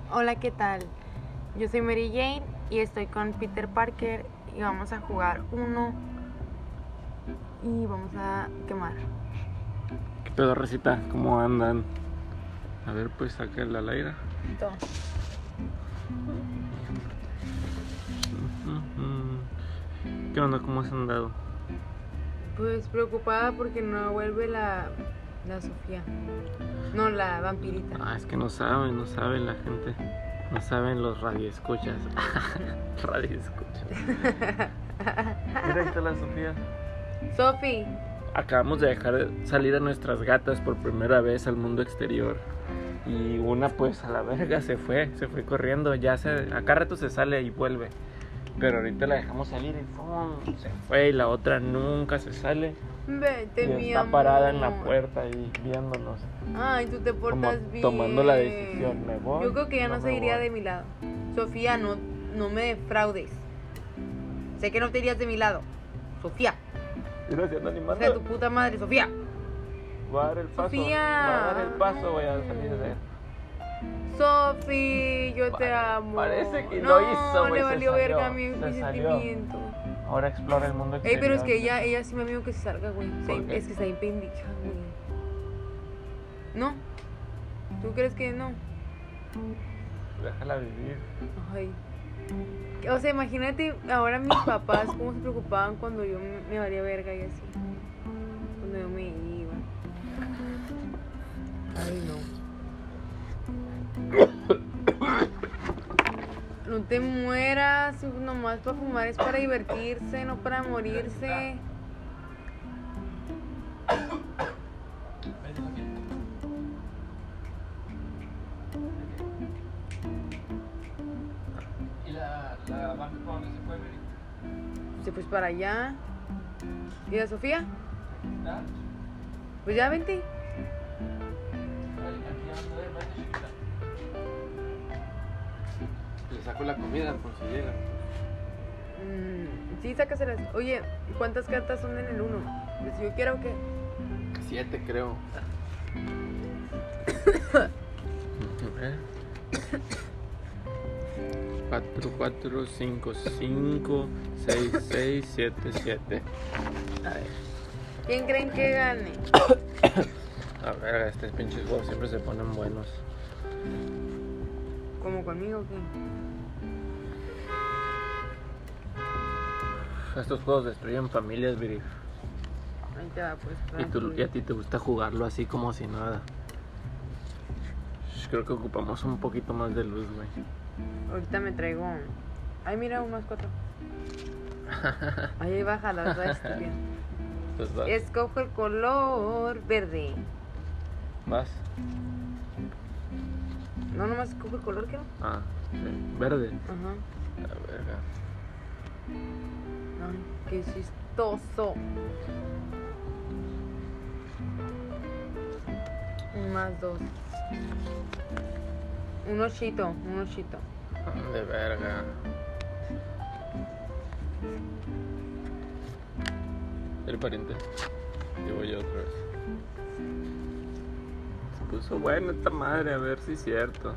Hola, ¿qué tal? Yo soy Mary Jane y estoy con Peter Parker y vamos a jugar uno y vamos a quemar. ¿Qué pedo, recita? ¿Cómo andan? A ver, pues sáquenla al aire. Todo. ¿Qué onda? ¿Cómo has andado? Pues preocupada porque no vuelve la Sofía. No, la vampirita. Es que no saben la gente. No saben los radioescuchas. Radioescuchas. Mira, ahí está la Sofía. Sofi. Acabamos de dejar salir a nuestras gatas por primera vez al mundo exterior. Y una pues a la verga se fue corriendo. Acá rato se sale y vuelve. Pero ahorita la dejamos salir y ¡pum! Se fue. Y la otra nunca se sale. Vete, Y mi está amor. parada en la puerta y viéndonos. Ay, tú te portas Como bien. tomando la decisión, ¿me voy? Yo creo que ya no me se iría voy. de mi lado. Sofía, no me defraudes. Sé que no te irías de mi lado. Sofía. Mira, se anda O animando. sea, tu puta madre, Sofía. Voy a dar el paso. Sofía. Voy a dar el paso, voy a salir de él. Sofi, yo te amo. Parece que no, lo hizo, güey. le Se valió salió, verga mi se salió. sentimiento. Ahora explora el mundo Ey, exterior. pero es que ella sí me amigo que se salga, güey. ¿Por qué? Es que está bien pendeja, güey. ¿No? ¿Tú crees que no? Déjala vivir. Ay. O sea, imagínate ahora mis papás cómo se preocupaban cuando yo me valía verga y así. Cuando yo me iba. Ay, no. No te mueras, nomás para fumar es para divertirse, no para morirse. ¿Y la banca para dónde se fue, Mary? Se pues para allá. ¿Y la Sofía? ¿Está? Pues ya vente. Le saco la comida por si llega. Sí, sácaselas. Oye, ¿cuántas cartas son en el 1? Pues yo quiero que... 7 creo. 4, 4, 5, 5, 6, 6, 7, 7. A ver. ¿Quién creen que gane? A ver, estos pinches juegos siempre se ponen buenos. ¿Como conmigo o qué? Estos juegos destruyen familias, Viri. Ahí te va, pues. Y a ti te gusta jugarlo así como si nada. Creo que ocupamos un poquito más de luz, güey. Ahorita me traigo... Ay, mira, un más 4. Ahí baja la verdad, estúpida. Pues vas. Escojo el color verde. ¿Vas? No, nomás escojo el color, ¿qué no? Sí. Verde. Ajá. La verga. Ay, qué chistoso. Un más 2. Un ochito. De verga. El pariente. Yo voy otra vez. Se puso bueno esta madre, a ver si es cierto.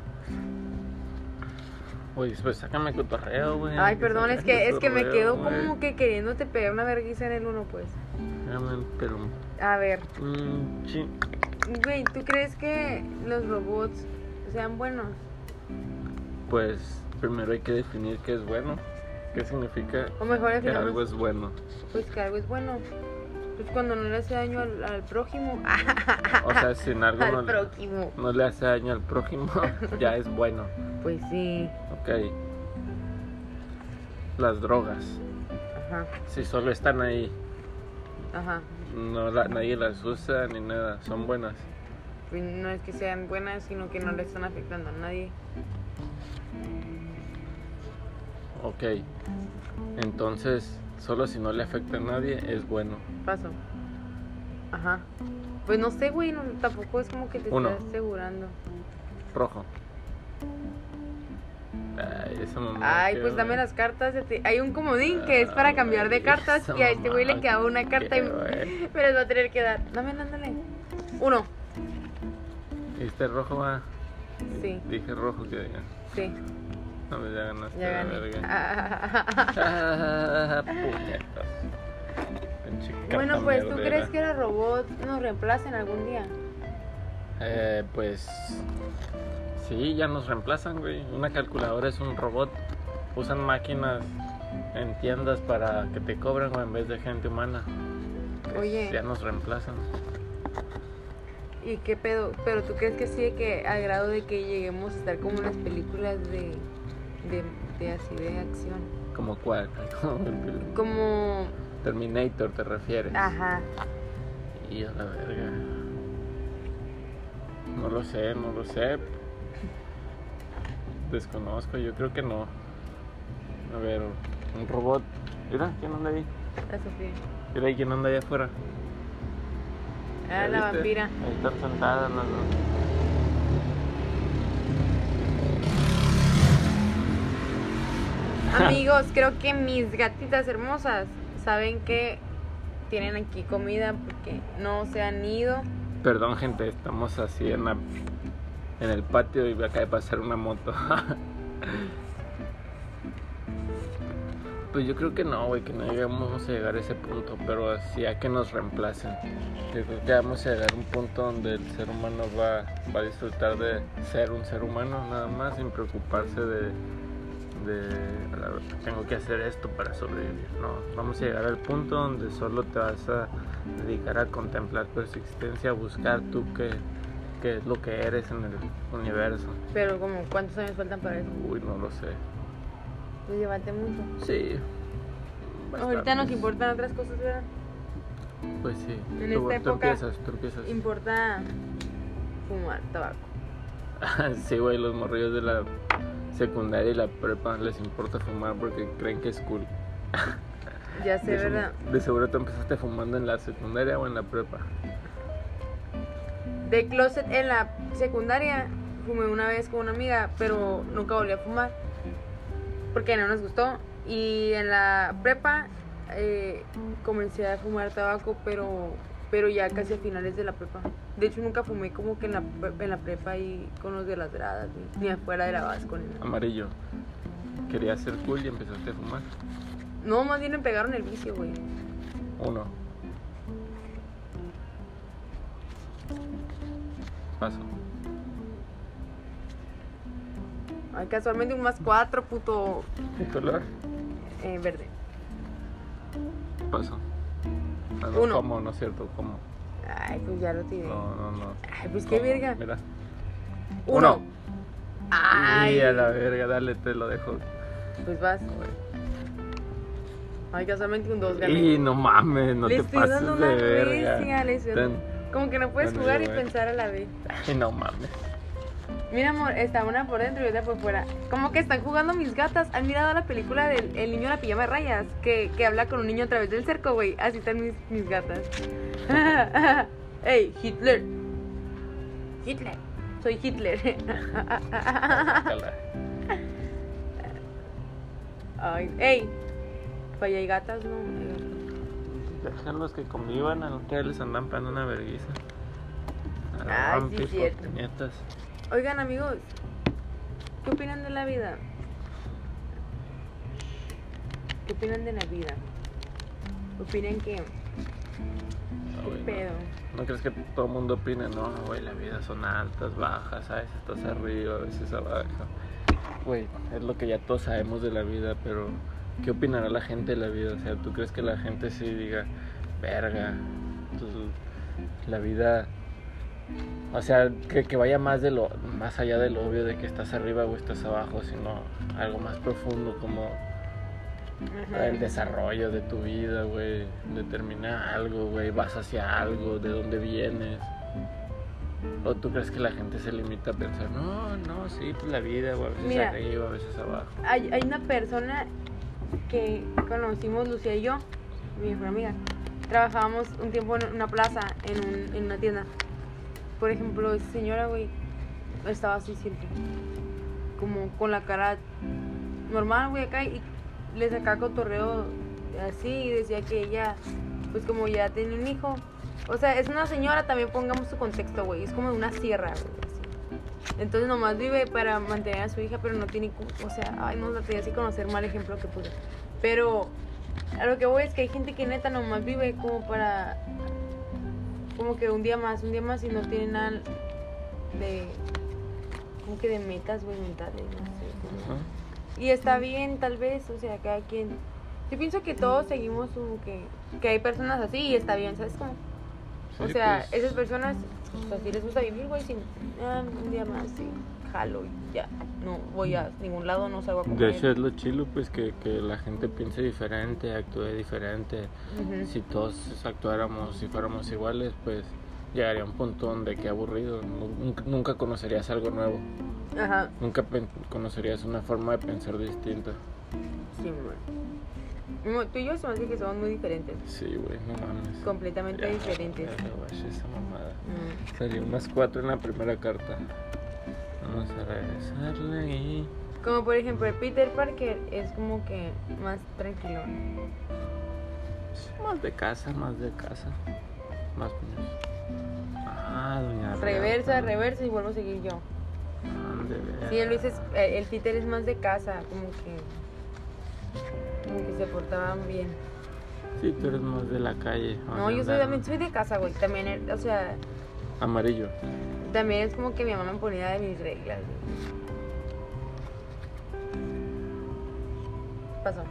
Oye, pues sácame cotorreo, güey. Ay, perdón, es que me quedo güey. como que queriéndote pegar una vergüenza en el 1, pues. Pero... A ver, sí. güey, ¿tú crees que los robots sean buenos? Pues primero hay que definir qué es bueno. ¿Qué significa O mejor que definamos, algo es bueno? pues que algo es bueno. Pues cuando no le hace daño al prójimo. O sea, si en algo Al prójimo. no le hace daño al prójimo, ya es bueno. Pues sí. Ok. Las drogas, Ajá, si solo están ahí, ajá. nadie las usa ni nada, son buenas. Pues no es que sean buenas, sino que no le están afectando a nadie. Ok. Entonces, solo si no le afecta a nadie es bueno. Paso. Ajá. Pues no sé, güey, no, tampoco es como que te Uno. estés asegurando. Rojo. Ay, esa mamá. Ay, pues dame las cartas. Hay un comodín que es para cambiar de cartas y a este güey le quedaba una carta y me las va a tener que dar. Dame, ándale. 1. Este rojo va. Sí. Dije rojo que diga. Sí. No me ya ganaste Ya la gané. verga. Puñetas. Pinche Bueno, carta pues, ¿tú mierdera. crees que los robots nos reemplacen algún día? Pues sí, ya nos reemplazan, güey. Una calculadora es un robot. Usan máquinas en tiendas para que te cobren, güey, en vez de gente humana. Pues, Oye. ya nos reemplazan. ¿Y qué pedo? Pero ¿tú crees que sí, de que al grado de que lleguemos a estar como en las películas de así de acción? ¿Como cuál? Como... Terminator, ¿te refieres? Ajá. Y a la verga. No lo sé. Desconozco, yo creo que no. A ver, un robot. Mira, ¿quién anda ahí? La Sofía. Mira ahí, ¿quién anda allá afuera? Ah, ¿Ya la viste? vampira. Ahí están sentadas las dos. Amigos, creo que mis gatitas hermosas saben que tienen aquí comida porque no se han ido. Perdón, gente, estamos así en el patio y acaba de pasar una moto. Pues yo creo que no, güey, que no llegamos a llegar a ese punto, pero así a que nos reemplacen. Yo creo que vamos a llegar a un punto donde el ser humano va a disfrutar de ser un ser humano nada más, sin preocuparse de tengo que hacer esto para sobrevivir. No, vamos a llegar al punto donde solo te vas a dedicar a contemplar tu existencia, a buscar tú qué es lo que eres en el universo. Pero como, ¿cuántos años faltan para eso? Uy, no lo sé. Pues llevate mucho. Sí. Ahorita nos bastantes. importan otras cosas, ¿verdad? Pues sí. En Tú esta época empiezas. importa fumar tabaco. Sí, güey, los morrillos de la secundaria y la prepa les importa fumar porque creen que es cool. Ya sé, ¿verdad? De seguro tú empezaste fumando en la secundaria o en la prepa. De closet en la secundaria fumé una vez con una amiga, pero nunca volví a fumar porque no nos gustó. Y en la prepa comencé a fumar tabaco, pero ya casi a finales de la prepa. De hecho, nunca fumé como que en la prepa y con los de las gradas, ni afuera de la Vasco. Ni nada. Amarillo. Querías ser cool y empezaste a fumar. No, más bien me pegaron el vicio, güey. 1. Paso. Ay, casualmente un +4, puto. ¿Qué color? Verde. Paso. Ah, no, 1. ¿cómo? No es cierto, ¿cómo? Ay, pues ya lo tiré. No. Ay, pues qué ¿Cómo? verga. Mira. 1. Ay. Y a la verga, dale, te lo dejo. Pues vas. Ay, casualmente un 2 gané. Y no mames, no Le te estoy pases dando de una verga. bestia, le estoy dando- Como que no puedes Bueno, jugar y ya, güey. pensar a la vez. Ay, no mames. Mira, amor, está una por dentro y otra por fuera. Como que están jugando mis gatas. ¿Han mirado la película del El niño de la pijama de rayas? Que habla con un niño a través del cerco, güey. Así están mis gatas. Ey, Hitler. Hitler. Soy Hitler. Sácala. Ay, ey. Pues hay gatas, ¿no? Déjalos que convivan, a ustedes les andan pegando una vergüenza. A la Ay, vampi, sí, cierto. por puñetas. Oigan, amigos, ¿qué opinan de la vida? ¿Qué opinan de la vida? ¿Opinan que... Ah, ¿Qué güey, pedo? ¿No crees que todo el mundo opine? No, güey, la vida son altas, bajas, a veces estás arriba, a veces abajo. Güey, es lo que ya todos sabemos de la vida, pero ¿qué opinará la gente de la vida? O sea, ¿tú crees que la gente sí diga, verga, la vida... O sea, que vaya más allá de lo obvio de que estás arriba o estás abajo, sino algo más profundo como Ajá. el desarrollo de tu vida, güey, determina algo, güey, vas hacia algo, de dónde vienes. ¿O tú crees que la gente se limita a pensar, no, sí, pues la vida, güey, a veces Mira, arriba, a veces abajo? Hay una persona que conocimos, Lucía y yo, mi mejor amiga. Trabajábamos un tiempo en una plaza, en una tienda. Por ejemplo, esa señora, güey, estaba así siempre. Como con la cara normal, güey, acá. Y le sacaba cotorreo así y decía que ella, pues como ya tenía un hijo. O sea, es una señora, también pongamos su contexto, güey. Es como de una sierra, güey. Entonces nomás vive para mantener a su hija, pero no tiene, o sea, ay, no la tenía así conocer mal ejemplo que puse. Pero a lo que voy es que hay gente que neta nomás vive como para, como que un día más y no tiene nada de, como que de metas, güey, mentales, no sé. Como... Y está bien, tal vez, o sea, cada quien. Yo pienso que todos seguimos como que hay personas así y está bien, ¿sabes cómo? Sí, O sea, pues, esas personas, o sea, si les gusta vivir, güey, sin un día más, sí, jalo y ya, no voy a ningún lado, no salgo a comer. de hecho es lo chilo, pues que la gente piense diferente, actúe diferente. Ujú. Si todos actuáramos, si fuéramos iguales, pues llegaría a un punto donde qué aburrido. Nunca conocerías algo nuevo. Ajá, Nunca conocerías una forma de pensar distinta. sí, güey. Tú y yo se me hace que somos muy diferentes, Sí, güey, no mames. completamente Ya, diferentes. ya, guache, esa mamada. Mm. Salió unas 4 en la primera carta. Vamos a regresarle y... Como por ejemplo, el Peter Parker es como que más tranquilo. Más de casa. Más niños. Ah, doña Reversa, Reata. reversa y vuelvo a seguir yo. Ande, Sí, el Luis el Peter es más de casa, como que se portaban bien. Sí, tú eres más de la calle. más No, de yo andar. también soy de casa, güey. También, o sea, Amarillo. también es como que mi mamá me ponía de mis reglas, güey. Pasó.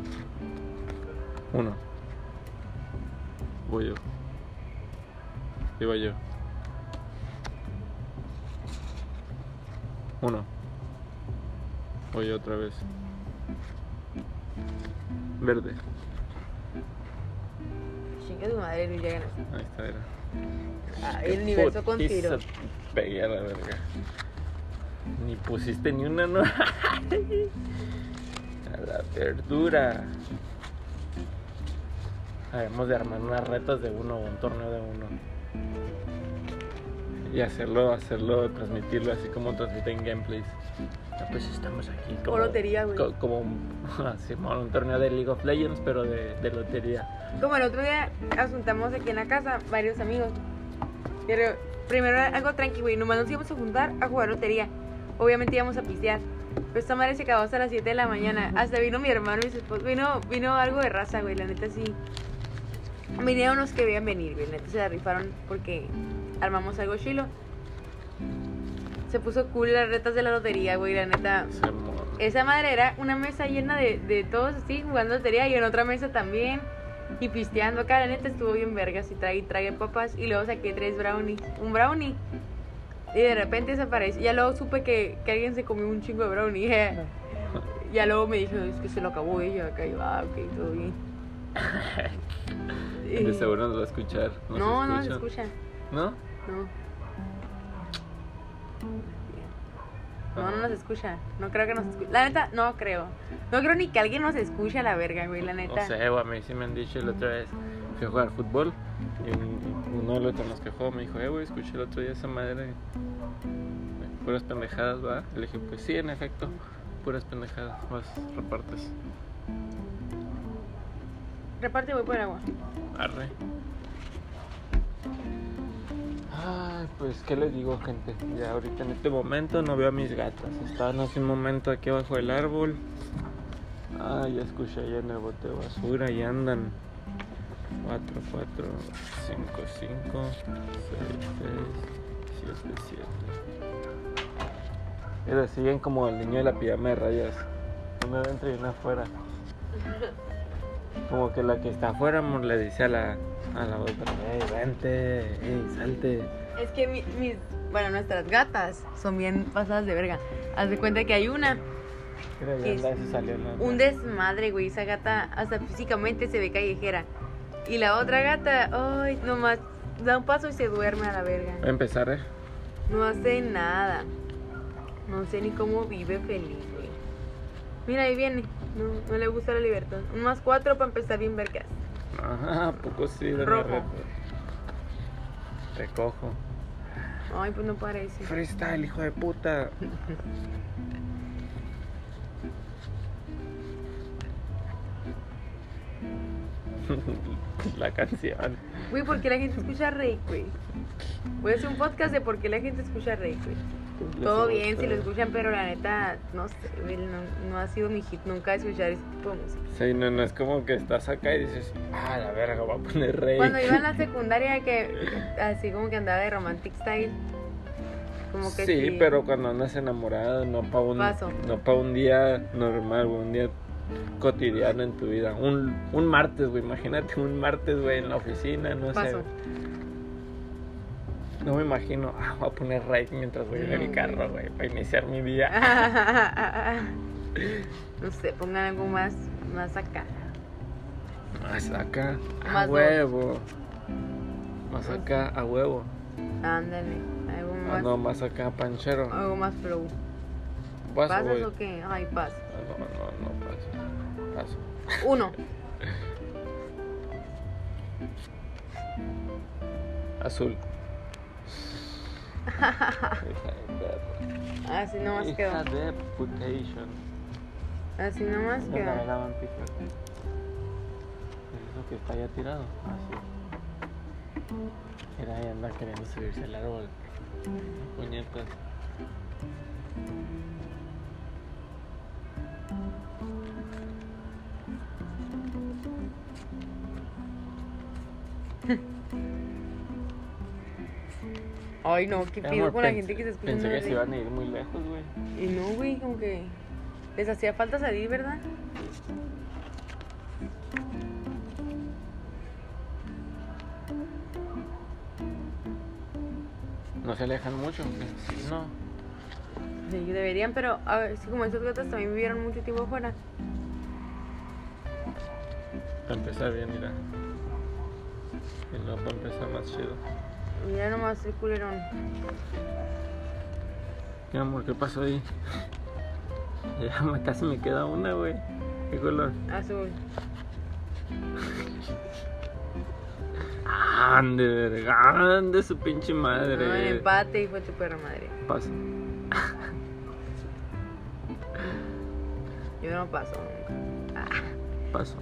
1. Voy yo. Digo yo. 1. Voy yo otra vez. Verde. Chinga tu madre, Luis, ya ganaste. Ahí está, era. Ay, el universo Putiza conspiró. Pegué a la verga. Ni pusiste ni una, no. A la verdura. Debemos de armar unas retas de uno o un torneo de uno. Y hacerlo, transmitirlo así como transmiten gameplays. Ah, pues estamos aquí como... O lotería, güey. Como un torneo de League of Legends, pero de lotería. Como el otro día nos juntamos aquí en la casa, varios amigos. Pero primero era algo tranqui, güey. Nomás nos íbamos a juntar a jugar lotería. Obviamente íbamos a pistear. Pero esta madre se acabó hasta las 7 de la mañana. Hasta vino mi hermano y su esposo. Vino algo de raza, güey. La neta sí. Vinieron los que veían venir, güey. La neta se la rifaron porque armamos algo chilo. Se puso cool las retas de la lotería, güey. La neta. Esa madre era una mesa llena de todos así jugando lotería y en otra mesa también. Y pisteando acá, la neta estuvo bien vergas. Y tragué papas y luego saqué 3 brownies. Un brownie. Y de repente desapareció. Ya luego supe que alguien se comió un chingo de brownie. Ya luego me dijo, es que se lo acabó ella. Acá yo, ok, todo bien. De seguro nos va a escuchar. No se escucha. ¿No? No nos escucha. No creo que nos escuche. La neta, no creo. No creo ni que alguien nos escuche a la verga, güey, la neta. No sé, güey, a mí sí me han dicho la otra vez. Fui a jugar fútbol y uno de los que nos quejó me dijo, güey, escuché el otro día esa madre. Puras pendejadas, ¿va? Le dije, pues sí, en efecto, puras pendejadas. Más repartes. Reparte, voy por el agua. Arre. Ay, pues, ¿qué les digo, gente? Ya ahorita en este momento no veo a mis gatas. Estaban hace un momento aquí abajo del árbol. Ay, ya escuché allá en el bote de basura y andan. 4, 4, 5, 5, 6, 6, 7, 7. Pero siguen como el niño de la pijama de rayas. Una adentro y una afuera. Como que la que está afuera le dice a la otra, vente, salte. Es que nuestras gatas son bien pasadas de verga. Haz de cuenta que hay una. Mira, ya anda, se salió Un desmadre, güey. Esa gata hasta físicamente se ve callejera. Y la otra gata, ay, nomás da un paso y se duerme a la verga. Voy a empezar, No hace nada. No sé ni cómo vive feliz, güey. Mira, ahí viene. No le gusta la libertad. Un más 4 para empezar bien vergas. Ajá, ¿a poco sí? Doña Rojo. Reta? Te cojo. Ay, pues no parece. Freestyle, hijo de puta. La canción. Güey, ¿por qué la gente escucha Rake, güey? Voy a hacer un podcast de por qué la gente escucha Rake, güey. Todo bien si lo escuchan, pero la neta, no sé, güey, no ha sido mi hit nunca escuchar ese tipo de música. Sí, no es como que estás acá y dices, la verga, voy a poner Rey. Cuando iba en la secundaria, que así como que andaba de romantic style, como que sí, pero cuando andas enamorado, no para un día normal, güey, un día cotidiano en tu vida. Un martes, güey, imagínate un martes, güey, en la oficina, no sé. No me imagino, voy a poner Rey mientras voy en el carro, güey, para iniciar mi día. No sé, pongan algo más acá. Más acá, Más a huevo. Más acá, a huevo. Ándale, algo más. No, más acá, panchero. Algo más flow. ¿Pasas o qué? Ay, paso. No, paso. 1. Azul. Así nomás quedó. Hija de putation. Así nomás quedó. Eso que está ya tirado. Así. Era ahí anda queriendo subirse al árbol. Puñetas. Ay, no, qué pido con la gente que se escucha. Pensé que se iban a ir muy lejos, güey. Y no, güey, como que les hacía falta salir, ¿verdad? No se alejan mucho, sí, no. Sí, deberían, pero a ver, sí, como esos gatos también vivieron mucho tiempo afuera. Para empezar bien, mira. Y luego para empezar más chido. Mira nomás el culerón. Mi amor, ¿qué pasó ahí? Ya casi me queda una, güey. ¿Qué color? Azul. Ande, verga, ande su pinche madre. No, el empate y fue tu perra madre. Paso. Yo no paso nunca. Paso.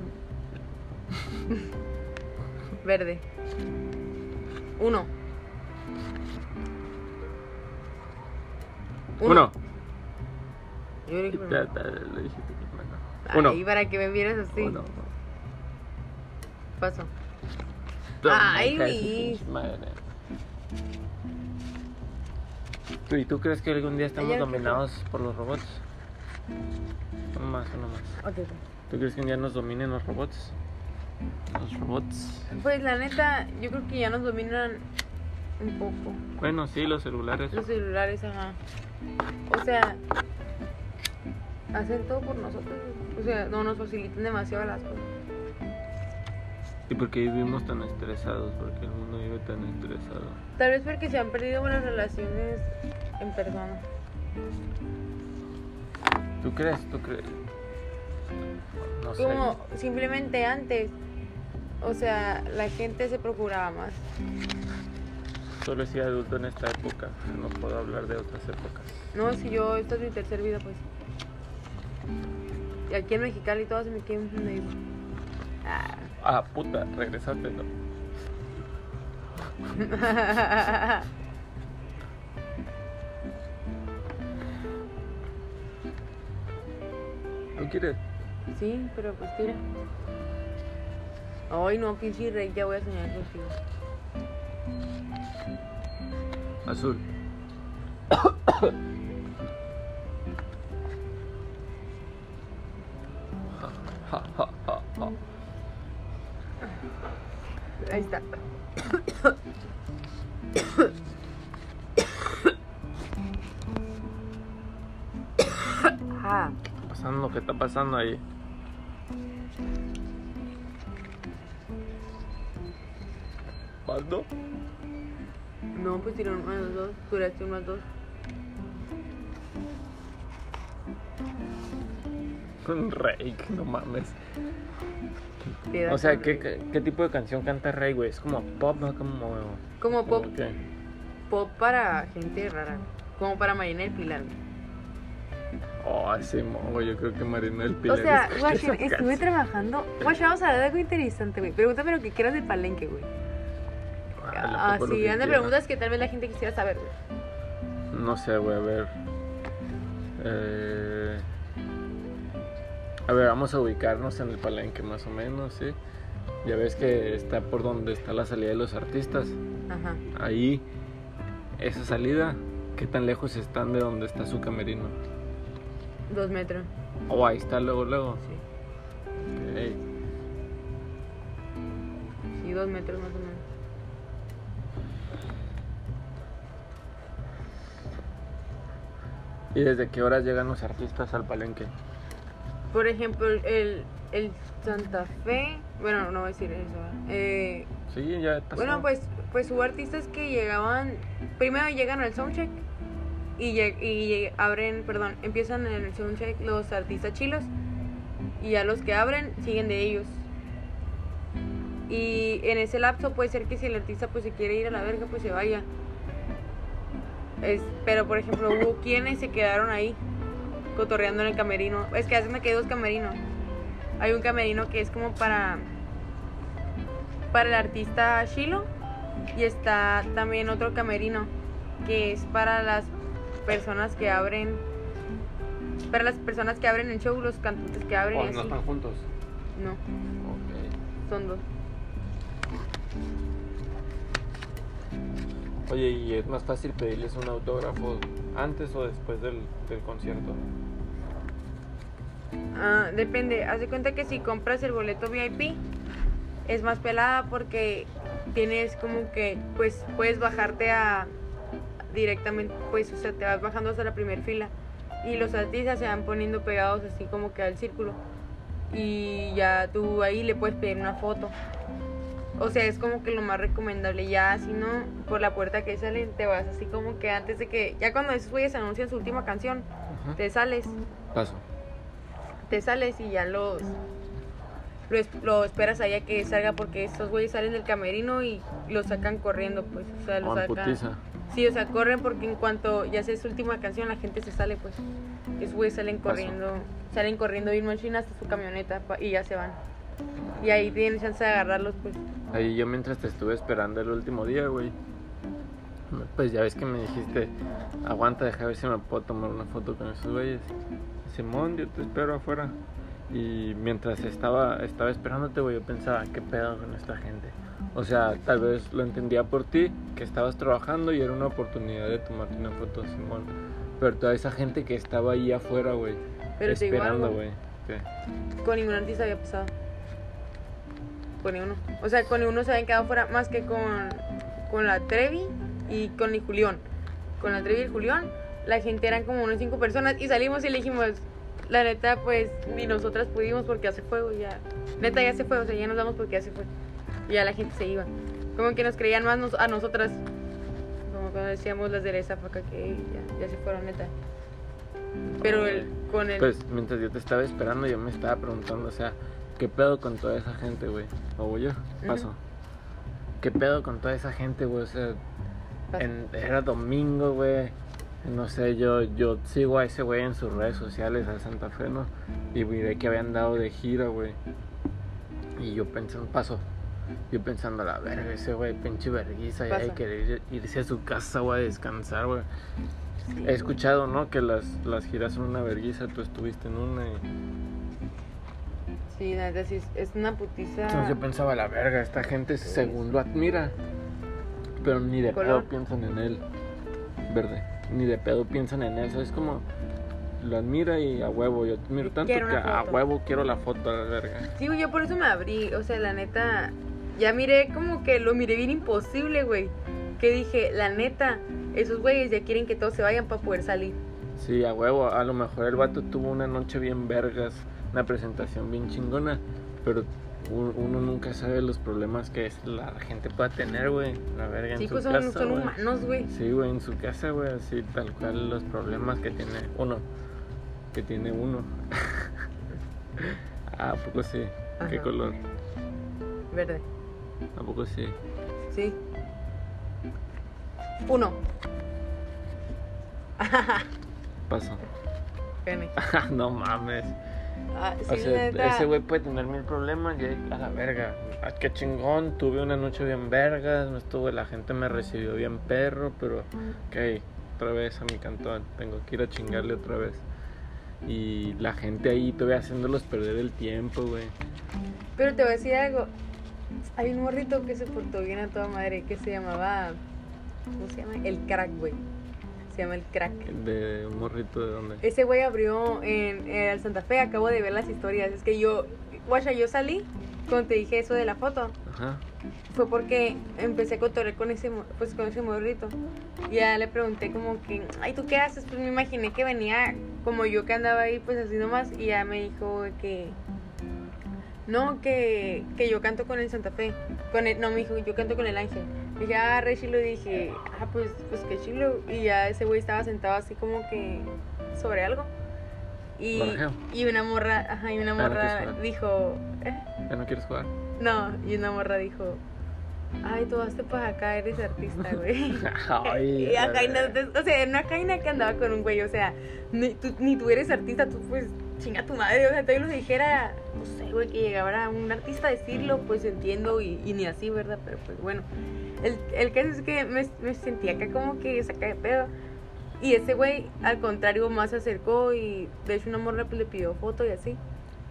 Verde. 1. 1. Yo le dije primero. Lo dijiste primero. 1. Ahí para que me vieras así. 1. Paso. Ay, Luis. Madre. ¿Y tú crees que algún día estamos dominados por los robots? Uno más. Okay. ¿Tú crees que un día nos dominen los robots? Los robots. Pues la neta, yo creo que ya nos dominan un poco. Bueno, sí, los celulares. Los celulares, ajá. O sea, hacen todo por nosotros. O sea, no nos facilitan demasiado las cosas. ¿Y por qué vivimos tan estresados? ¿Por qué el mundo vive tan estresado? Tal vez porque se han perdido buenas relaciones en persona. ¿Tú crees? No sé. Como simplemente antes, o sea, la gente se procuraba más. Solo he sido adulto en esta época, no puedo hablar de otras épocas. No, si yo, esta es mi tercera vida, pues. Y aquí en Mexicali todas se me quieren donde vivo. Puta, regresaste, ¿no? ¿No quieres? Sí, pero pues tira. Ay, no, pinche Rey, ya voy a soñar contigo. Azul. Ahí está. ¿Qué está pasando ahí? ¿Cuándo? No, pues tiraron 1 más 2, tiraste 1 más 2. Con Rey, no mames. O sea, ¿qué tipo de canción canta Rey, güey? ¿Es como pop, no? Como pop. ¿Qué? Pop para gente rara. Como para Marina del Pilar. Sí, mongo, yo creo que Marina del Pilar. O sea, guachen, estuve trabajando. Guachen, vamos a hablar de algo interesante, güey. Pregúntame lo que quieras de Palenque, güey. Sí, anda preguntas que tal vez la gente quisiera saber, güey. No sé, güey, a ver, vamos a ubicarnos en el Palenque más o menos, ¿sí? Ya ves que está por donde está la salida de los artistas. Ajá. Ahí, esa salida, ¿qué tan lejos están de donde está su camerino? 2 metros. Oh, ahí está luego. Sí. Ok. Sí, 2 metros más o menos. ¿Y desde qué horas llegan los artistas al Palenque? Por ejemplo, el Santa Fe, bueno, no voy a decir eso. Sí, ya pasó. Bueno, pues hubo artistas que llegaban, primero llegan al soundcheck y empiezan en el soundcheck los artistas chilos y ya los que abren siguen de ellos. Y en ese lapso puede ser que si el artista pues se quiere ir a la verga, pues se vaya. Pero por ejemplo hubo quienes se quedaron ahí cotorreando en el camerino. Es que hacen que hay 2 camerinos. Hay un camerino que es como para el artista chilo y está también otro camerino que es para las personas que abren el show, los cantantes que abren. ¿O y no así. están juntos? No, Ok. son 2. Oye, ¿y es más fácil pedirles un autógrafo antes o después del concierto? Depende, haz de cuenta que si compras el boleto VIP es más pelada porque tienes como que pues puedes bajarte directamente, pues o sea, te vas bajando hasta la primera fila y los artistas se van poniendo pegados así como que al círculo y ya tú ahí le puedes pedir una foto. O sea, es como que lo más recomendable. Ya, si no, por la puerta que salen, te vas así como que antes de que... Ya cuando esos güeyes anuncian su última canción, Ajá. te sales Paso. y ya lo esperas ahí a que salga porque esos güeyes salen del camerino y lo sacan corriendo, pues. O sea, lo O en sacan... putiza. Sí, o sea, corren porque en cuanto ya sea su última canción, la gente se sale, pues. Esos güeyes salen corriendo bien machín hasta su camioneta y ya se van. Y ahí tienen chance de agarrarlos, pues. Ahí yo mientras te estuve esperando el último día, güey, pues ya ves que me dijiste, aguanta, deja ver si me puedo tomar una foto con esos güeyes. Simón, yo te espero afuera. Y mientras estaba esperándote, güey, yo pensaba, ¿qué pedo con esta gente? O sea, tal vez lo entendía por ti, que estabas trabajando y era una oportunidad de tomarte una foto, Simón. Pero toda esa gente que estaba ahí afuera, güey, Pero te digo esperando, algo. güey. ¿Qué? Con ningún artista había pasado. Con ninguno. O sea, con ninguno se habían quedado fuera más que con la Trevi y con el Julián. Con la Trevi y el Julián, la gente eran como unas 5 personas y salimos y le dijimos, la neta, pues ni nosotras pudimos porque ya se fue, güey, ya. Neta, ya se fue, o sea, ya nos vamos porque ya se fue. Y ya la gente se iba. Como que nos creían más a nosotras. Como cuando decíamos las de esa faca que ya se fueron, neta. Pero con el... Pues mientras yo te estaba esperando, yo me estaba preguntando, o sea, ¿qué pedo con toda esa gente, güey? ¿O voy yo? Paso. ¿Qué pedo con toda esa gente, güey? O sea, era domingo, güey. No sé, yo sigo a ese güey en sus redes sociales, al Santa Fe, ¿no? Y miré que habían dado de gira, güey. Y yo pensando, a la verga, ese güey, pinche verguiza, ya hay que irse a su casa, güey, a descansar, güey. Sí, he escuchado, ¿no? Que las giras son una verguiza, tú estuviste en una y... Sí, neta, sí, es una putiza. Entonces yo pensaba, la verga, esta gente según lo admira, pero ni de pedo piensan en él, verde, ni de pedo piensan en él, ¿sabes? Como lo admira y a huevo, yo admiro tanto que a huevo quiero la foto, a la verga. Sí, yo por eso me abrí, o sea, la neta, ya miré como que lo miré bien imposible, güey, que dije, la neta, esos güeyes ya quieren que todos se vayan para poder salir. Sí, a huevo, a lo mejor el vato tuvo una noche bien vergas, una presentación bien chingona, pero uno nunca sabe los problemas que la gente pueda tener, güey, la verga, sí, en su pues casa, son humanos, güey. Sí, güey, en su casa, güey, así tal cual los problemas que tiene uno. ¿A poco sí? Ajá. ¿Qué color? Verde. ¿A poco sí? Sí. 1. Paso. Gene. No mames. Sí, o sea, ese güey puede tener 1000 problemas y a la verga. Qué chingón, tuve una noche bien vergas, la gente me recibió bien perro, pero ok, otra vez a mi cantón. Tengo que ir a chingarle otra vez. Y la gente ahí todavía haciéndolos perder el tiempo, güey. Pero te voy a decir algo. Hay un morrito que se portó bien a toda madre, que se llamaba... ¿Cómo se llama? El Crack, güey. Se llama El Crack. ¿De un morrito de dónde? Ese güey abrió en el Santa Fe. Acabo de ver las historias. Es que yo... Guacha, yo salí cuando te dije eso de la foto. Ajá. Fue porque empecé a cotorrear con ese morrito. Y ya le pregunté como que, ay, ¿tú qué haces? Pues me imaginé que venía como yo, que andaba ahí pues así nomás. Y ya me dijo que no, que yo canto con el Santa Fe. No, me dijo, yo canto con el Ángel. Y dije, re chilo. Y dije, pues qué chilo. Y ya ese güey estaba sentado así como que sobre algo. Y una morra, dijo, ¿Ya no quieres jugar? No, y una morra dijo, ay, tú vas para acá, eres artista, güey. Ay, y acá, o sea, no acá que andaba con un güey, o sea, ni tú eres artista, tú pues chinga tu madre, o sea, todavía lo dijera, no sé, güey, que llegara un artista a decirlo, pues entiendo, y ni así, ¿verdad? Pero pues bueno, el caso es que me sentía acá como que saca de pedo. Y ese güey, al contrario, más se acercó y de hecho una morra pues le pidió foto y así.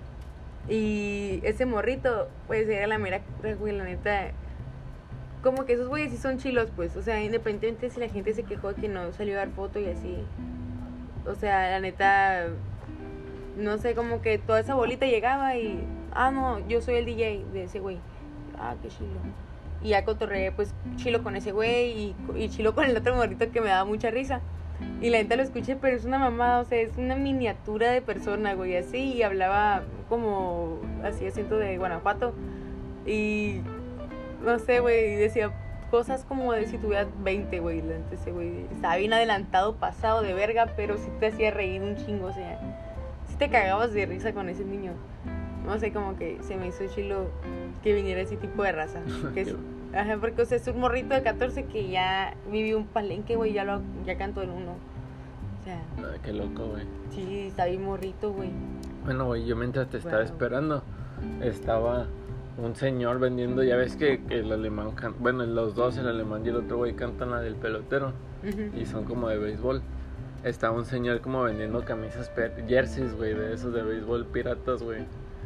Y ese morrito, pues era la mera, güey, la neta. Como que esos güeyes sí son chilos, pues. O sea, independientemente si la gente se quejó de que no salió a dar foto y así. O sea, la neta, no sé, como que toda esa bolita llegaba y... no, yo soy el DJ de ese güey. Qué chilo. Y ya cotorreé, pues, chilo con ese güey y chilo con el otro morrito que me daba mucha risa. Y la neta lo escuché, pero es una mamada, o sea, es una miniatura de persona, güey, así. Y hablaba como así, acento de Guanajuato. Y no sé, güey, decía cosas como de si tuviera 20, güey. Ese güey estaba bien adelantado, pasado de verga, pero sí te hacía reír un chingo, o sea, sí te cagabas de risa con ese niño. No sé, como que se me hizo chilo que viniera ese tipo de raza. Que es, porque, o sea, es un morrito de 14 que ya vivió un palenque, güey, ya cantó en uno. O sea... qué loco, güey. Sí, está bien morrito, güey. Bueno, güey, yo mientras te estaba esperando, estaba un señor vendiendo, ya ves que el alemán, bueno, los dos, el alemán y el otro güey cantan la del pelotero, y son como de béisbol. Estaba un señor como vendiendo camisas, jerseys, güey, de esos de béisbol piratas, güey.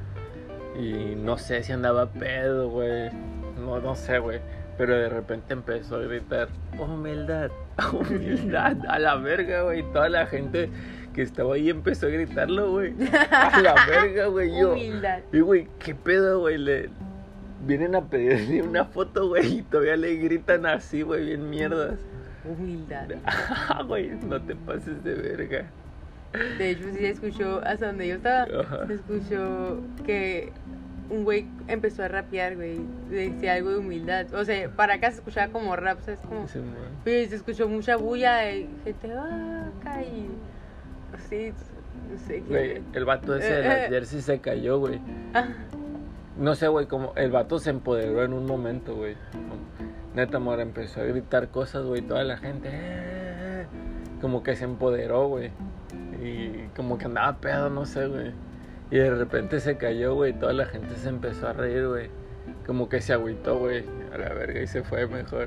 Y no sé si andaba pedo, güey. No sé, güey. Pero de repente empezó a gritar, humildad, humildad, a la verga, güey. Toda la gente que estaba ahí empezó a gritarlo, güey. A la verga, güey. Humildad. Y, güey, ¿qué pedo, güey? Vienen a pedirle una foto, güey, y todavía le gritan así, güey, bien mierdas. Humildad. Güey, no te pases de verga. De hecho, sí se escuchó, hasta donde yo estaba, se escuchó que un güey empezó a rapear, güey, decía algo de humildad. O sea, para acá se escuchaba como rap, ¿sabes? Como, se escuchó mucha bulla y gente, acá y... Sí, no sé qué. Güey, el vato ese de las jerseys se cayó, güey. No sé, güey, como el vato se empoderó en un momento, güey. Neta, amor, empezó a gritar cosas, güey, toda la gente, como que se empoderó, güey. Y como que andaba pedo, no sé, güey. Y de repente se cayó, güey. Toda la gente se empezó a reír, güey. Como que se agüitó, güey. A la verga, y se fue mejor.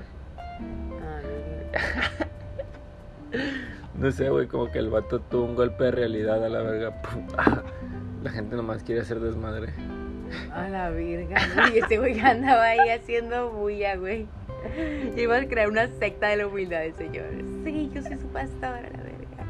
No sé, güey, como que el vato tuvo un golpe de realidad a la verga. La gente nomás quiere hacer desmadre. A la verga, güey. Ese güey andaba ahí haciendo bulla, güey. Iba a crear una secta de la humildad del señor. Sí, yo soy su pastor, a la verga.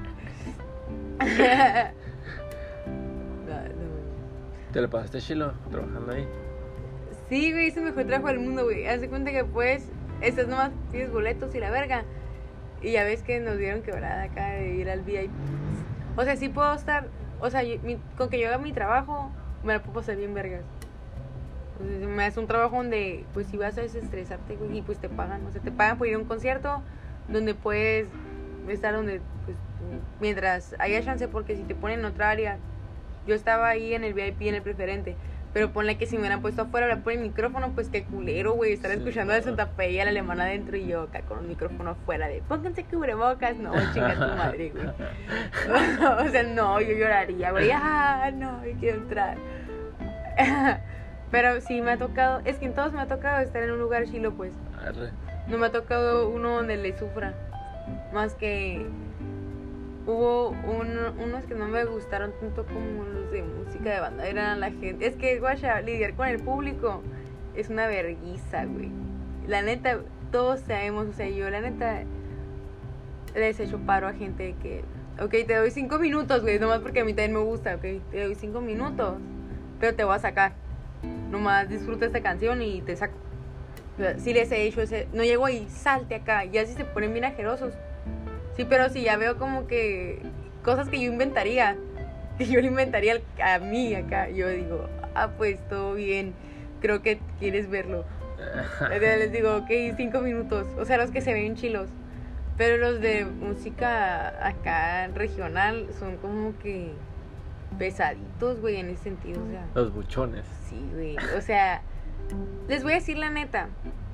¿Te lo pasaste chilo trabajando ahí? Sí, güey, es el mejor trabajo del mundo, güey. Haz de cuenta que pues, estás nomás, pides boletos y la verga. Y ya ves que nos dieron quebrada acá de ir al VIP. O sea, sí puedo estar, o sea, con que yo haga mi trabajo, me la puedo pasar bien vergas. O sea, me hace un trabajo donde, pues, si vas a desestresarte, güey, y pues te pagan. O sea, te pagan por ir a un concierto donde puedes estar donde, pues, mientras haya chance, porque si te ponen en otra área, yo estaba ahí en el VIP, en el preferente, pero ponle que si me hubieran puesto afuera, le ponen el micrófono, pues qué culero, güey, estar escuchando al Santa Fe y al alemán adentro y yo acá con un micrófono afuera de, pónganse cubrebocas, no, chinga tu madre, güey. O sea, no, yo lloraría, güey, no, yo quiero entrar. Pero sí me ha tocado, es que en todos me ha tocado estar en un lugar chilo, pues. No me ha tocado uno donde le sufra. Más que hubo unos que no me gustaron tanto como los de música de banda. Eran la gente. Es que, guacha, lidiar con el público es una verguiza, güey. La neta, todos sabemos, o sea, yo la neta les echo paro a gente que, ok, te doy 5 minutos, güey, nomás porque a mí también me gusta, ok, te doy 5 minutos, pero te voy a sacar. Nomás disfruta esta canción y te saco. O sea, sí les he hecho ese, no llego ahí, salte acá, ya si se ponen bien ajerosos. Sí, pero si ya veo como que cosas que yo inventaría, que yo le inventaría a mí acá, yo digo, pues todo bien, creo que quieres verlo. Les digo, ok, 5 minutos, o sea, los que se ven chilos. Pero los de música acá regional son como que pesaditos, güey, en ese sentido, o sea. Los buchones. Sí, güey, o sea, les voy a decir la neta.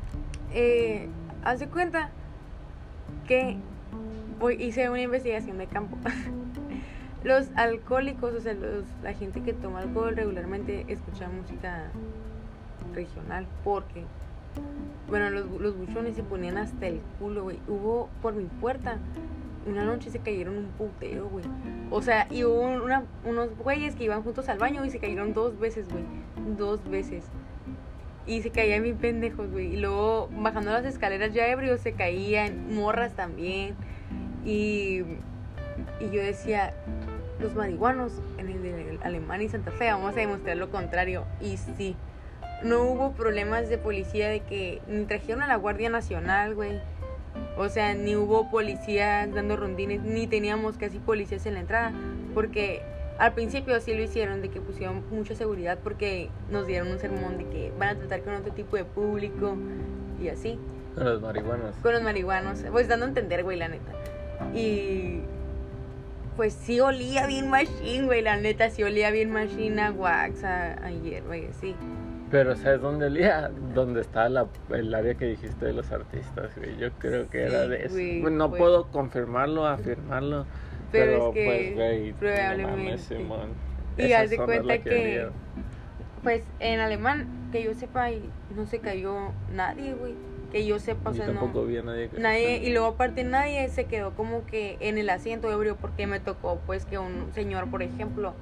Haz de cuenta que hice una investigación de campo. Los alcohólicos, o sea, la gente que toma alcohol regularmente escucha música regional porque, bueno, los buchones se ponían hasta el culo, güey. Hubo por mi puerta una noche se cayeron un putero, güey. O sea, y hubo unos güeyes que iban juntos al baño y se cayeron 2 veces, güey. 2 veces. Y se caían bien pendejos, güey. Y luego bajando las escaleras ya ebrios se caían, morras también. Y yo decía, los marihuanos en el de Alemania y Santa Fe, vamos a demostrar lo contrario. Y sí, no hubo problemas de policía de que ni trajeron a la Guardia Nacional, güey. O sea, ni hubo policías dando rondines, ni teníamos casi policías en la entrada. Porque al principio sí lo hicieron, de que pusieron mucha seguridad porque nos dieron un sermón de que van a tratar con otro tipo de público y así. Con los marihuanos. Con los marihuanos, pues dando a entender, güey, la neta. Y pues sí olía bien machine, güey, la neta, sí olía bien machine a wax, a hierba y así. Pero ¿sabes dónde olía? Donde está el área que dijiste de los artistas, güey. Yo creo que era de eso. Güey, no pues, puedo confirmarlo, afirmarlo. Pero es que pues, güey, probablemente. no mames, Simón. Y Esa haz de zona es cuenta la que olía. pues en alemán, que yo sepa, no se cayó nadie, güey. Que yo sepa, o Yo sea, tampoco no. vi a nadie que Nadie, y luego aparte nadie se quedó como que en el asiento ebrio, porque me tocó pues que un señor, por ejemplo,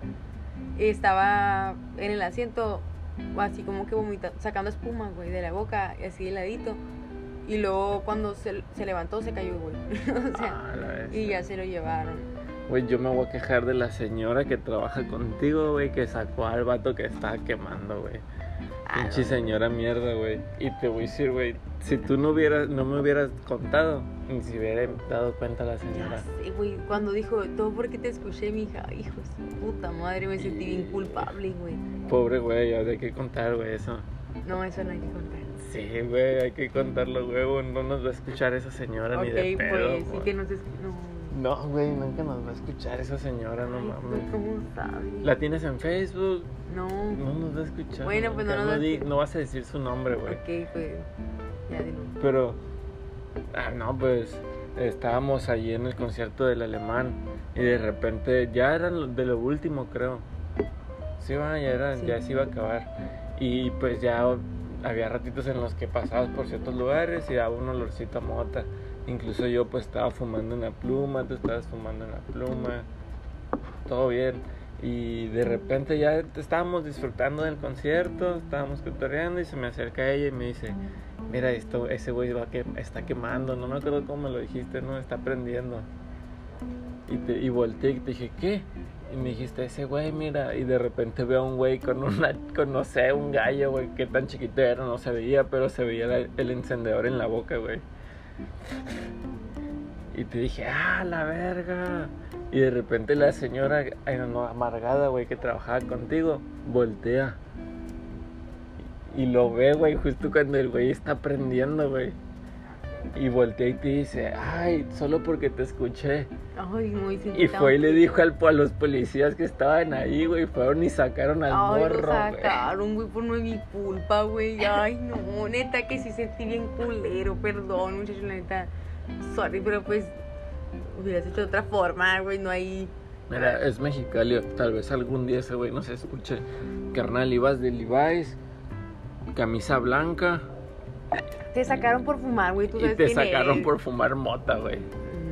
estaba en el asiento así como que vomitando, sacando espuma, güey, de la boca, así de ladito. Y luego cuando se levantó se cayó, güey. O sea, y ya se lo llevaron. Güey, yo me voy a quejar de la señora que trabaja contigo, güey, que sacó al vato que estaba quemando, güey. Pinche señora mierda, güey. Y te voy a decir, güey, si tú no me hubieras contado, ni si hubiera dado cuenta la señora. Ya sé, güey, cuando dijo todo porque te escuché, mi hija, hijo de su puta madre, me sentí bien culpable, güey. Pobre güey, hay que contar, güey, eso. No, eso no hay que contar. Sí, güey, hay que contarlo, güey. No nos va a escuchar esa señora ni de pedo. Pues sí que nos No, güey, nunca nos va a escuchar esa señora, no mames. ¿Cómo sabes? ¿La tienes en Facebook? No. No nos va a escuchar. Bueno, pues no nos va a escuchar. No vas a decir su nombre, güey. Ok, pues ya dilo. Pero, no, pues estábamos allí en el concierto del alemán y de repente ya eran de lo último, creo. Sí, ya se iba a acabar. Y pues ya había ratitos en los que pasabas por ciertos lugares y daba un olorcito a mota. Incluso yo pues estaba fumando una pluma, tú estabas fumando una pluma, todo bien. Y de repente ya estábamos disfrutando del concierto, estábamos cotorreando y se me acerca ella y me dice, mira, ese güey está quemando, no me acuerdo cómo me lo dijiste, no, está prendiendo. Y volteé y te dije, ¿qué? Y me dijiste, ese güey, mira, y de repente veo a un güey con no sé, un gallo, güey, que tan chiquito era, no se veía, pero se veía el encendedor en la boca, güey. Y te dije, la verga. Y de repente la señora amargada, güey, que trabajaba contigo, voltea. Y lo ve, güey, justo cuando el güey está prendiendo, güey. Y voltea y te dice, ay, solo porque te escuché. Ay, no, y fue y le dijo a los policías que estaban ahí, güey, fueron y sacaron al morro, güey. Lo sacaron, güey, por no es mi culpa, güey. Ay, no, neta que sí sentí bien culero, perdón, muchacho, la neta. Sorry, pero pues hubieras hecho de otra forma, güey, no hay... Mira, es Mexicali, tal vez algún día ese güey no se escuche. Carnal, ibas de Levi's, camisa blanca. Te sacaron por fumar, güey, tú sabes quién es. Y te quién sacaron eres. por fumar mota, güey.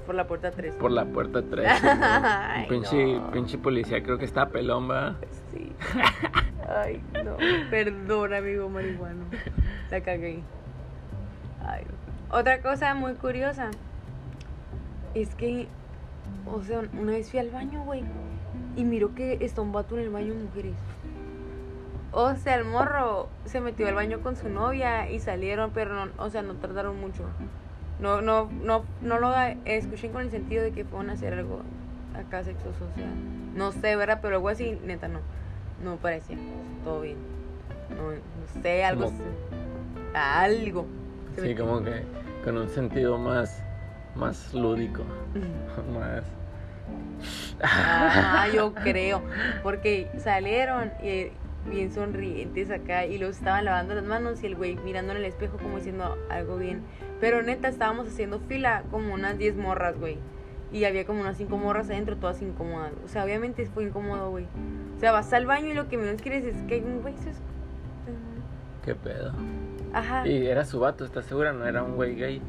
por la puerta 3. Por la puerta 3. Ay, Pinche policía, creo que está pelón, ¿va? Sí. Ay, no. Perdón, amigo marihuano. La cagué. Ay, no. Otra cosa muy curiosa es que, o sea, una vez fui al baño, güey, y miro que está un vato en el baño, mujeres. O sea, el morro se metió al baño con su novia y salieron, pero no, o sea, no tardaron mucho. No lo escuchen con el sentido de que fueron a hacer algo acá sexoso, o sea, no sé, ¿verdad? Pero algo así, neta, no parecía, todo bien. No sé, algo Como- algo. Se Sí, metió. como que con un sentido más lúdico. Más. Ajá, yo creo, porque salieron y bien sonrientes acá y luego estaban lavando las manos y el güey mirando en el espejo como diciendo algo bien. Pero neta, estábamos haciendo fila como unas 10 morras, güey. Y había como unas 5 morras adentro, todas incómodas. O sea, obviamente fue incómodo, güey. O sea, vas al baño y lo que menos quieres es que un güey se... ¿Qué pedo? Ajá. Y era su vato, ¿estás segura? No era un güey gay.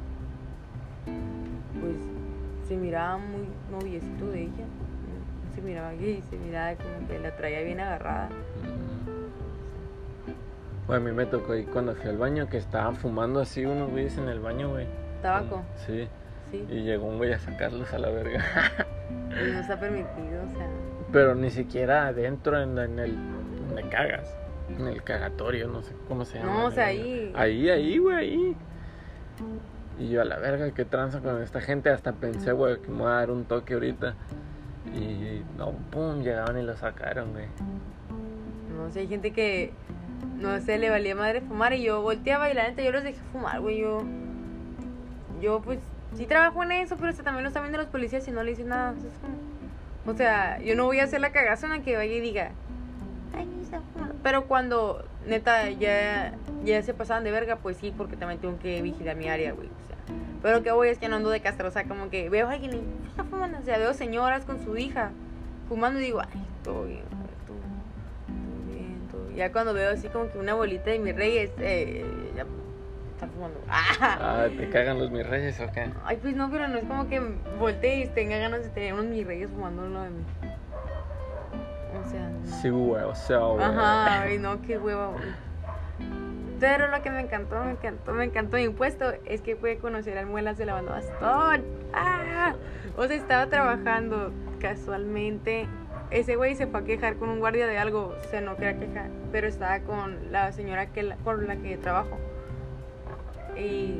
Pues se miraba muy noviecito de ella. No se miraba gay, se miraba como que la traía bien agarrada. Bueno, a mí me tocó ahí cuando fui al baño que estaban fumando así unos güeyes en el baño, güey. Tabaco. Sí. Sí. Y llegó un güey a sacarlos a la verga. Y no está permitido, o sea. Pero ni siquiera adentro en el donde cagas. En el cagatorio, no sé cómo se llama. No, o sea, ahí. Ahí, güey, ahí. Y yo a la verga, qué tranza con esta gente. Hasta pensé, güey, que me voy a dar un toque ahorita. Y no, pum, llegaban y lo sacaron, güey. No sé, hay gente que, no sé, le valía madre fumar y yo volteaba y la neta yo los dejé fumar, güey. Yo pues sí trabajo en eso, pero también lo están viendo los policías y no le dicen nada. Es como, o sea, yo no voy a hacer la cagazona que vaya y diga, ay, está fumando. Pero cuando neta ya se pasaban de verga, pues sí, porque también tengo que vigilar mi área, güey. O sea, pero que voy es que no ando de castrosa, como que veo a alguien y está fumando. O sea, veo señoras con su hija fumando y digo, ay, todo bien, todo bien, todo bien. Ya cuando veo así como que una bolita de mis reyes, ya está fumando. Ah, ¿te cagan los mis reyes o qué? Ay, pues no, pero no es como que voltee y tenga ganas de tener unos mis reyes fumando uno de mí. O sea, no. Sí, güey, o sea, güey. Ajá, ay, no, qué hueva, güey. Pero lo que me encantó mi puesto es que pude conocer al Muelas de la banda Bastón. ¡Ah! O sea, estaba trabajando casualmente. Ese güey se fue a quejar con un guardia de algo, o sea, no quería quejar, pero estaba con la señora con la que trabajo. Y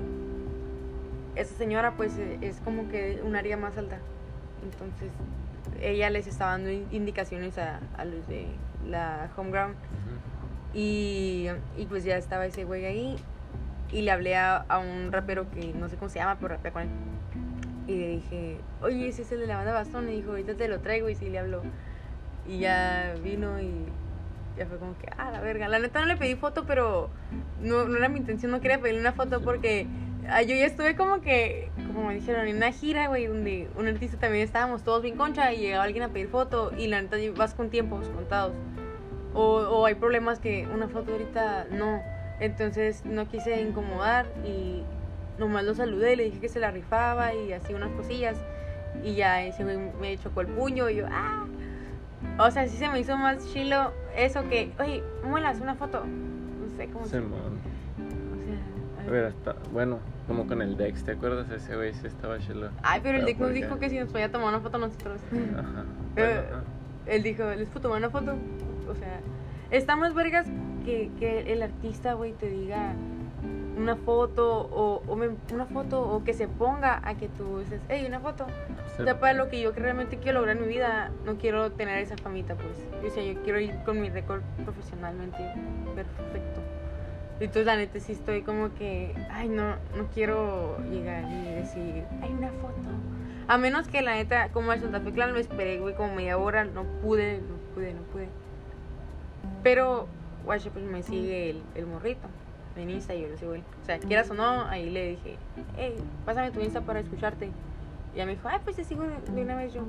esa señora pues es como que un área más alta. Entonces ella les estaba dando indicaciones a los de la home ground. Y pues ya estaba ese güey ahí. Y le hablé a un rapero que no sé cómo se llama, pero rapea con él. Y le dije, oye, ese es el de la banda Bastón. Y dijo, ahorita te lo traigo. Y sí le habló. Y ya vino y ya fue como que, la verga. La neta no le pedí foto, pero no era mi intención. No quería pedirle una foto porque yo ya estuve como me dijeron, en una gira, güey, donde un artista también estábamos todos bien concha y llegaba alguien a pedir foto. Y la neta vas con tiempos contados. O hay problemas que una foto ahorita no. Entonces no quise incomodar y nomás lo saludé, le dije que se la rifaba y así unas cosillas. Y ya ese güey me chocó el puño y yo, O sea, sí se me hizo más chilo eso que, oye, Muelas, una foto. No sé cómo Sí, se... man. O sea, A ver, hasta, bueno, como con el Dex, ¿te acuerdas? Ese güey sí estaba chilo. ay, pero el Dick nos ¿por qué? dijo que si nos podía tomar una foto nosotros. Ajá. Bueno, ajá. Él dijo, ¿les puedo tomar una foto? O sea, está más vergas que el artista, güey, te diga una foto una foto o que se ponga a que tú dices, hey, una foto. Sí. O sea, para lo que yo realmente quiero lograr en mi vida, no quiero tener esa famita, pues. O sea, yo quiero ir con mi récord profesionalmente perfecto. Entonces, la neta, sí estoy como que, ay, no quiero llegar y decir, hay una foto. A menos que la neta, como el Santa Fe Clan, me esperé, güey, como media hora, no pude. Pero, guacha, pues me sigue el morrito en Insta y yo le sigo él. O sea, quieras o no, ahí le dije, hey, pásame tu Insta para escucharte. Y ella me dijo, ay, pues te sigo de una vez yo.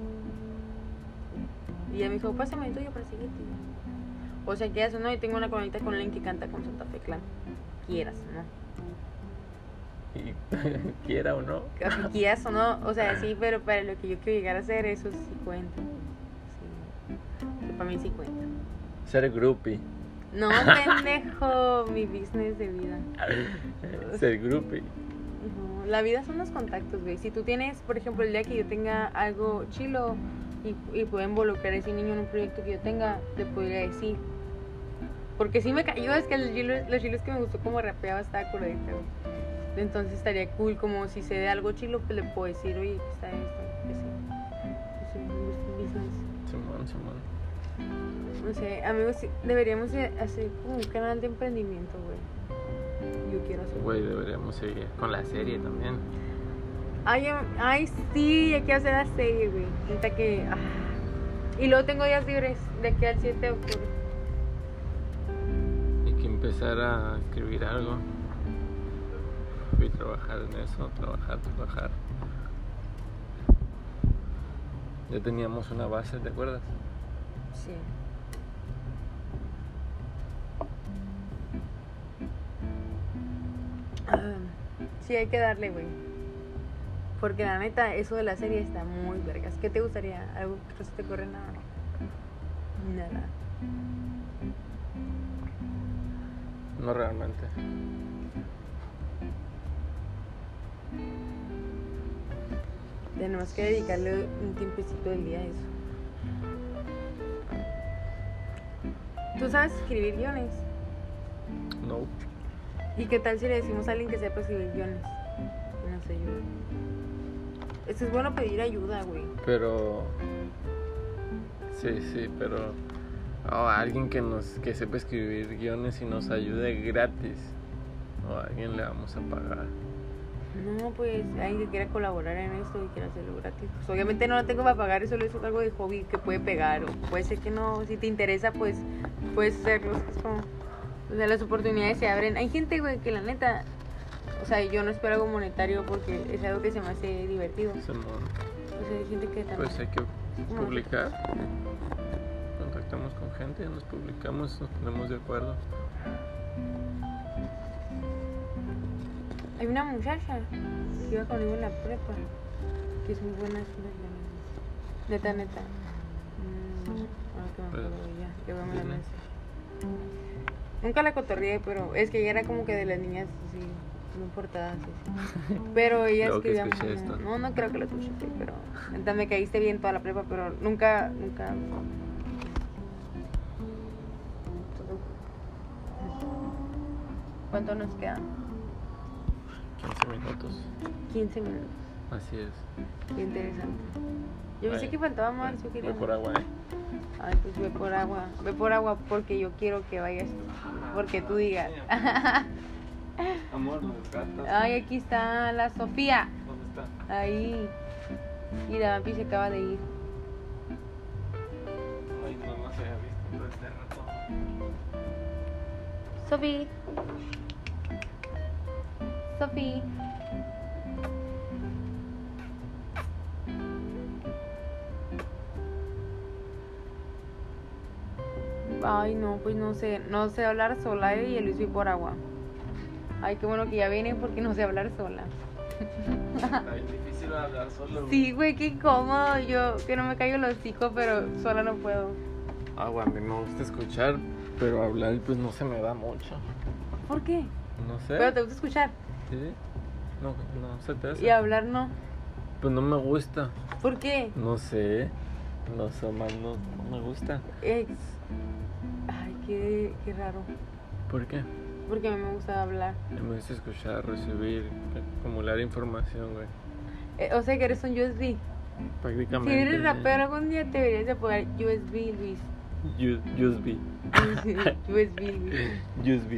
Y ella me dijo, pásame el tuyo para seguirte. O sea, quieras o no, yo tengo una colonita con Len que canta con Santa Fe Clan. Quieras o no. Y quiera o no. Así quieras o no, o sea, sí, pero para lo que yo quiero llegar a hacer, eso sí cuenta. Sí, que para mí sí cuenta. Ser groupie. No, pendejo, mi business de vida. Ser groupie. No, la vida son los contactos, güey. Si tú tienes, por ejemplo, el día que yo tenga algo chilo y puedo involucrar a ese niño en un proyecto que yo tenga, te podría decir. Porque sí me cayó, es que los chilos que me gustó como rapeaba estaba curadita, güey. Entonces estaría cool, como si se dé algo chilo, pues le puedo decir, oye, aquí está esto, que sí. Es un business. Simón. No sé, amigos, sí, deberíamos de hacer como un canal de emprendimiento, güey. Yo quiero hacer. Güey, deberíamos seguir con la serie también. Ay, sí, ya quiero hacer la serie, güey. Neta que. Y luego tengo días libres de aquí al 7 de octubre. Hay que empezar a escribir algo. Y trabajar en eso, trabajar. Ya teníamos una base, ¿te acuerdas? Sí. Sí, hay que darle, güey. Porque la neta, eso de la serie está muy vergas. ¿Qué te gustaría? ¿Algo que no se te ocurre? Nada. No realmente. Tenemos que dedicarle un tiempecito del día a eso. ¿Tú sabes escribir guiones? No. ¿Y qué tal si le decimos a alguien que sepa escribir guiones? Y nos ayuda. Esto es bueno pedir ayuda, güey. Pero... Sí, pero... alguien que sepa escribir guiones y nos ayude gratis. O a alguien le vamos a pagar. No, pues alguien que quiera colaborar en esto y quiera hacerlo gratis. Pues obviamente no lo tengo para pagar, eso lo es algo de hobby que puede pegar. O puede ser que no, si te interesa, pues puedes hacerlo. Es como, o sea, las oportunidades se abren. Hay gente, güey, que la neta, o sea, yo no espero algo monetario porque es algo que se me hace divertido. Simón. O sea, hay gente que también. Pues hay que publicar. Contactamos con gente, nos publicamos, nos ponemos de acuerdo. Hay una muchacha que iba conmigo en la prepa, que es muy buena haciendo guiones. Neta. Ahora que me acuerdo de ella, que vamos a la mesa. Nunca la cotorreé, pero es que ella era como que de las niñas así, muy portadas así. Pero ella Luego que escribía escuché esto. No creo que lo escuchaste, pero neta me caíste bien toda la prepa, pero nunca. ¿Cuánto nos queda? 15 minutos. 15 minutos. Así es. Qué interesante. Yo pensé que faltaba más, yo quería. Voy por agua, Ay, pues ve por agua porque yo quiero que vayas, porque tú digas. Amor, los gatos. Ay, aquí está la Sofía. ¿Dónde está? Ahí. Y la Vampi se acaba de ir. Ay, no se había visto todo este rato. Sofía. Ay, no, pues no sé hablar sola, y el Luis fui por agua. Ay, qué bueno que ya viene porque no sé hablar sola. Está bien difícil hablar solo, güey. Sí, güey, qué incómodo. Yo que no me caigo el hocico, pero sola no puedo. Güey, a mí me gusta escuchar, pero hablar pues no se me da mucho. ¿Por qué? No sé. Pero te gusta escuchar ¿Sí? No se te hace. y hablar no. Pues no me gusta. ¿Por qué? No sé. No sé, más no me gusta. Ay, qué raro. ¿Por qué? Porque a mí me gusta hablar. Me gusta escuchar, recibir, acumular información, güey. O sea que eres un USB. Prácticamente. Si eres rapero algún día te deberías de poner USB, Luis. USB. USB, Luis. USB.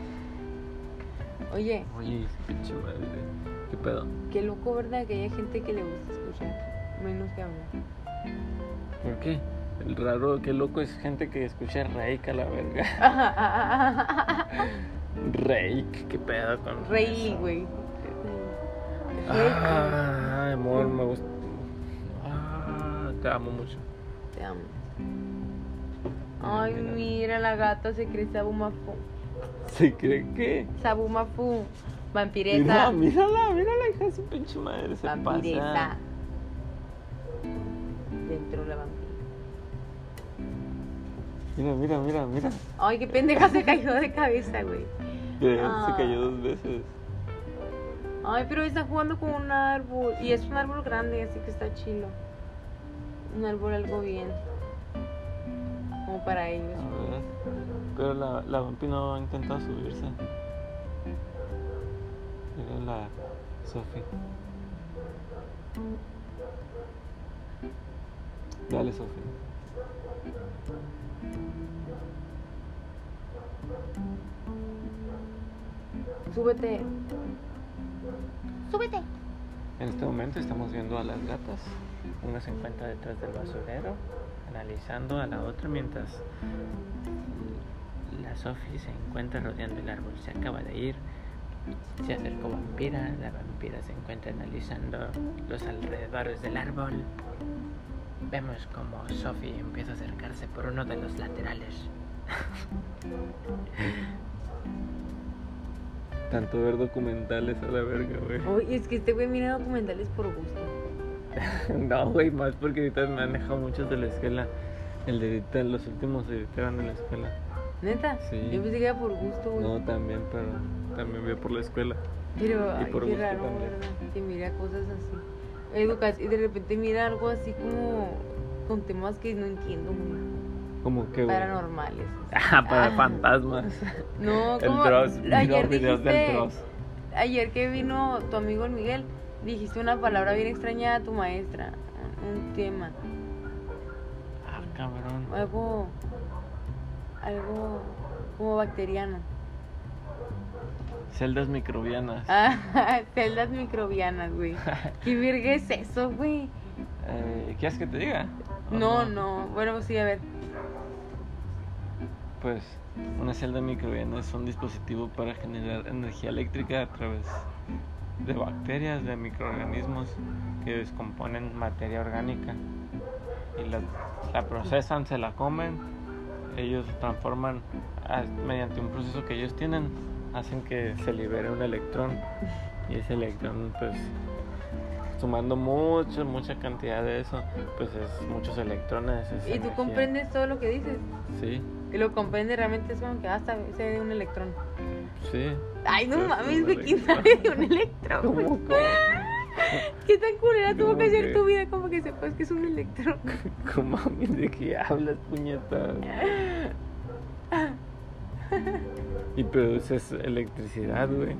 Oye, Pinche madre. ¿Qué pedo? qué loco, ¿verdad? Que haya gente que le gusta escuchar menos que hablar. ¿Por qué? El raro, qué loco es gente que escucha Reik a la verga. Reik, qué pedo con Rey, eso? güey. Amor, me gusta. Te amo mucho. Te amo. Ay, mira, la gata se cree Sabumafu. ¿Se cree qué? Sabumafu. Vampiresa. Mírala, hija de su pinche madre. Se Vampiresa. pasa. Dentro la vampira. Mira. Ay, qué pendeja se cayó de cabeza, güey. Que Ah. se cayó 2 veces. Ay, pero está jugando con un árbol. Y es un árbol grande, así que está chilo. Un árbol algo bien. Como para ellos. A ver. Pero la vampi no ha intentado subirse. Mira la Sophie. Dale, Sophie. Súbete. Súbete. En este momento estamos viendo a las gatas. Una se encuentra detrás del basurero, analizando a la otra mientras la Sophie se encuentra rodeando el árbol. Se acaba de ir. Se acercó Vampira. La vampira se encuentra analizando los alrededores del árbol. Vemos como Sophie empieza a acercarse por uno de los laterales. Tanto ver documentales a la verga, güey. Oye, es que este güey mira documentales por gusto. No, güey, más porque ahorita me han dejado muchos de la escuela. El de ahorita, los últimos de ahorita van de la escuela. ¿Neta? Sí. Yo pensé que era por gusto, güey. No, también, pero también veo por la escuela. Pero, Y ay, por qué gusto raro, también. ¿verdad? Que mira cosas así. Y de repente mira algo así como con temas que no entiendo, güey. Como que, güey. Paranormales. Para fantasmas. No, El como Dross, ayer videos del dijiste, Dross. ayer que vino tu amigo el Miguel, dijiste una palabra bien extraña a tu maestra, un tema, Ah, cabrón. algo como bacteriano. Celdas microbianas. Celdas microbianas, güey. ¿Qué verga es eso, güey? ¿Quieres que te diga? ¿O No, bueno, sí, a ver. Pues una celda microbiana es un dispositivo para generar energía eléctrica a través de bacterias, de microorganismos que descomponen materia orgánica y la procesan, se la comen, ellos transforman mediante un proceso que ellos tienen, hacen que se libere un electrón y ese electrón, pues sumando mucha cantidad de eso, pues es muchos electrones. Es ¿Y tú energía. comprendes todo lo que dices? Sí, Y lo comprendes realmente es como que hasta se ve un electrón. sí. Ay, no Pues, mames, un güey, ¿quién electrón. sabe de un electrón? güey? ¿Cómo? ¿Qué tan culera tuvo ¿Cómo que ser que? tu vida como que sepas que es un electrón? ¿Cómo de qué hablas, puñetas? Y produces electricidad, güey.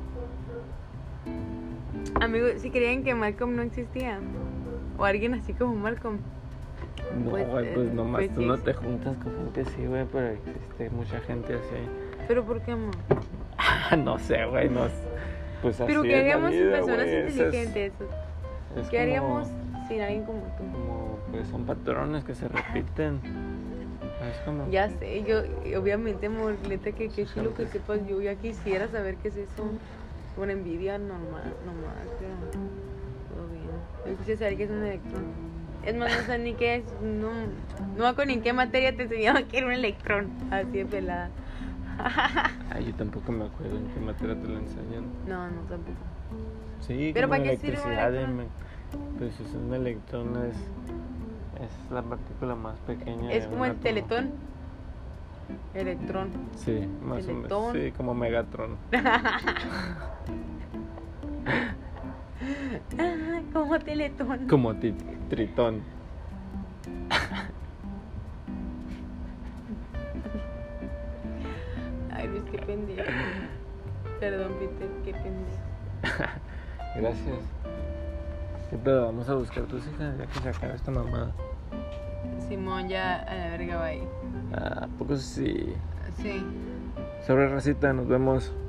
Amigo, si creían que Malcolm no existía, o alguien así como Malcolm, No, Pues, güey, pues nomás pues tú sí no existe. te juntas con gente así, güey, pero existe mucha gente así. pero ¿por qué, amor? No sé, güey, no. Pues así Pero es ¿qué la haríamos sin vida, personas güey, eso inteligentes? es ¿Qué como- haríamos sin alguien como tú? Como, pues son patrones que se repiten. Es como... Ya sé, yo, obviamente, amor, neta, que qué chilo que sepas, yo ya quisiera saber qué es eso. Con envidia normal, pero todo bien. Yo quisiera saber qué es un electrón. Es más, no sé ni qué es, no me acuerdo ni en qué materia te enseñaban que era un electrón. Así de pelada. Ay, yo tampoco me acuerdo en qué materia te lo enseñan. No, tampoco. Sí, ¿Pero como para qué sirve un electricidad, electrón? pues es un electrón, es la partícula más pequeña. Es de como un el átomo. teletón. Electrón. Sí, más o Teletón. menos. Sí, como Megatron. Como teletón. Como Tritón. Ay, Luis, qué pendejo. Perdón, Peter, qué pendejo. Gracias. ¿Qué pedo? Vamos a buscar tus hijas ya que se acaba esta mamada. Simón ya a la verga va ahí. ¿A poco sí? Sí. Sobre racita, nos vemos.